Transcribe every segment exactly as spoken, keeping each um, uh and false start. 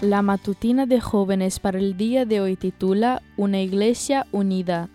La matutina de jóvenes para el día de hoy titula Una iglesia unida.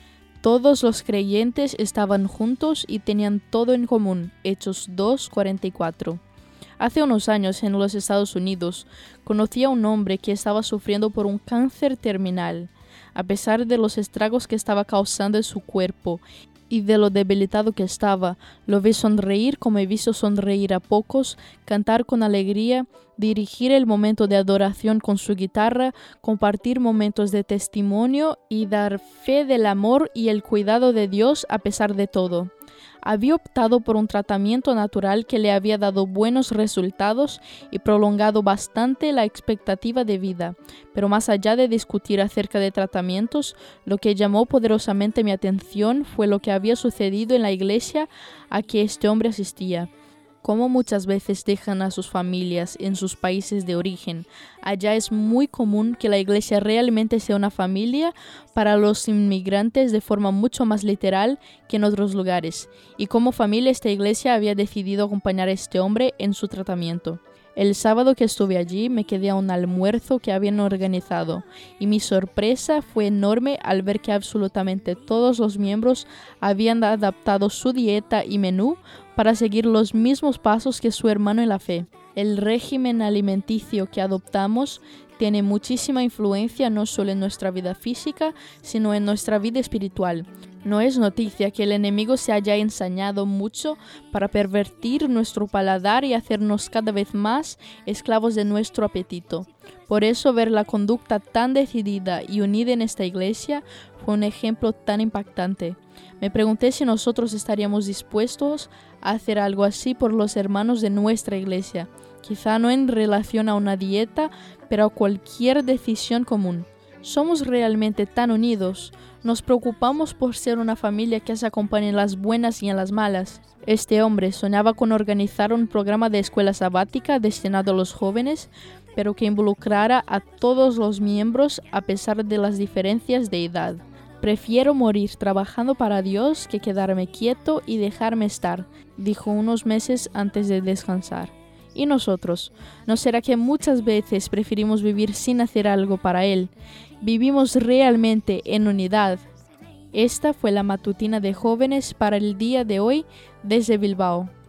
Todos los creyentes estaban juntos y tenían todo en común. Hechos dos, cuarenta y cuatro. Hace unos años en los Estados Unidos conocí a un hombre que estaba sufriendo por un cáncer terminal. A pesar de los estragos que estaba causando en su cuerpo y de lo debilitado que estaba, lo vi sonreír como he visto sonreír a pocos, cantar con alegría, dirigir el momento de adoración con su guitarra, compartir momentos de testimonio y dar fe del amor y el cuidado de Dios a pesar de todo. Había optado por un tratamiento natural que le había dado buenos resultados y prolongado bastante la expectativa de vida. Pero más allá de discutir acerca de tratamientos, lo que llamó poderosamente mi atención fue lo que había sucedido en la iglesia a que este hombre asistía. Como muchas veces dejan a sus familias en sus países de origen. Allá es muy común que la iglesia realmente sea una familia para los inmigrantes de forma mucho más literal que en otros lugares. Y como familia esta iglesia había decidido acompañar a este hombre en su tratamiento. El sábado que estuve allí me quedé a un almuerzo que habían organizado y mi sorpresa fue enorme al ver que absolutamente todos los miembros habían adaptado su dieta y menú para seguir los mismos pasos que su hermano en la fe. El régimen alimenticio que adoptamos tiene muchísima influencia no solo en nuestra vida física, sino en nuestra vida espiritual. No es noticia que el enemigo se haya ensañado mucho para pervertir nuestro paladar y hacernos cada vez más esclavos de nuestro apetito. Por eso ver la conducta tan decidida y unida en esta iglesia fue un ejemplo tan impactante. Me pregunté si nosotros estaríamos dispuestos a hacer algo así por los hermanos de nuestra iglesia, quizá no en relación a una dieta, pero a cualquier decisión común. ¿Somos realmente tan unidos? ¿Nos preocupamos por ser una familia que se acompañe en las buenas y en las malas? Este hombre soñaba con organizar un programa de escuela sabática destinado a los jóvenes, pero que involucrara a todos los miembros a pesar de las diferencias de edad. Prefiero morir trabajando para Dios que quedarme quieto y dejarme estar, dijo unos meses antes de descansar. ¿Y nosotros? ¿No será que muchas veces preferimos vivir sin hacer algo para Él? ¿Vivimos realmente en unidad? Esta fue la matutina de jóvenes para el día de hoy desde Bilbao.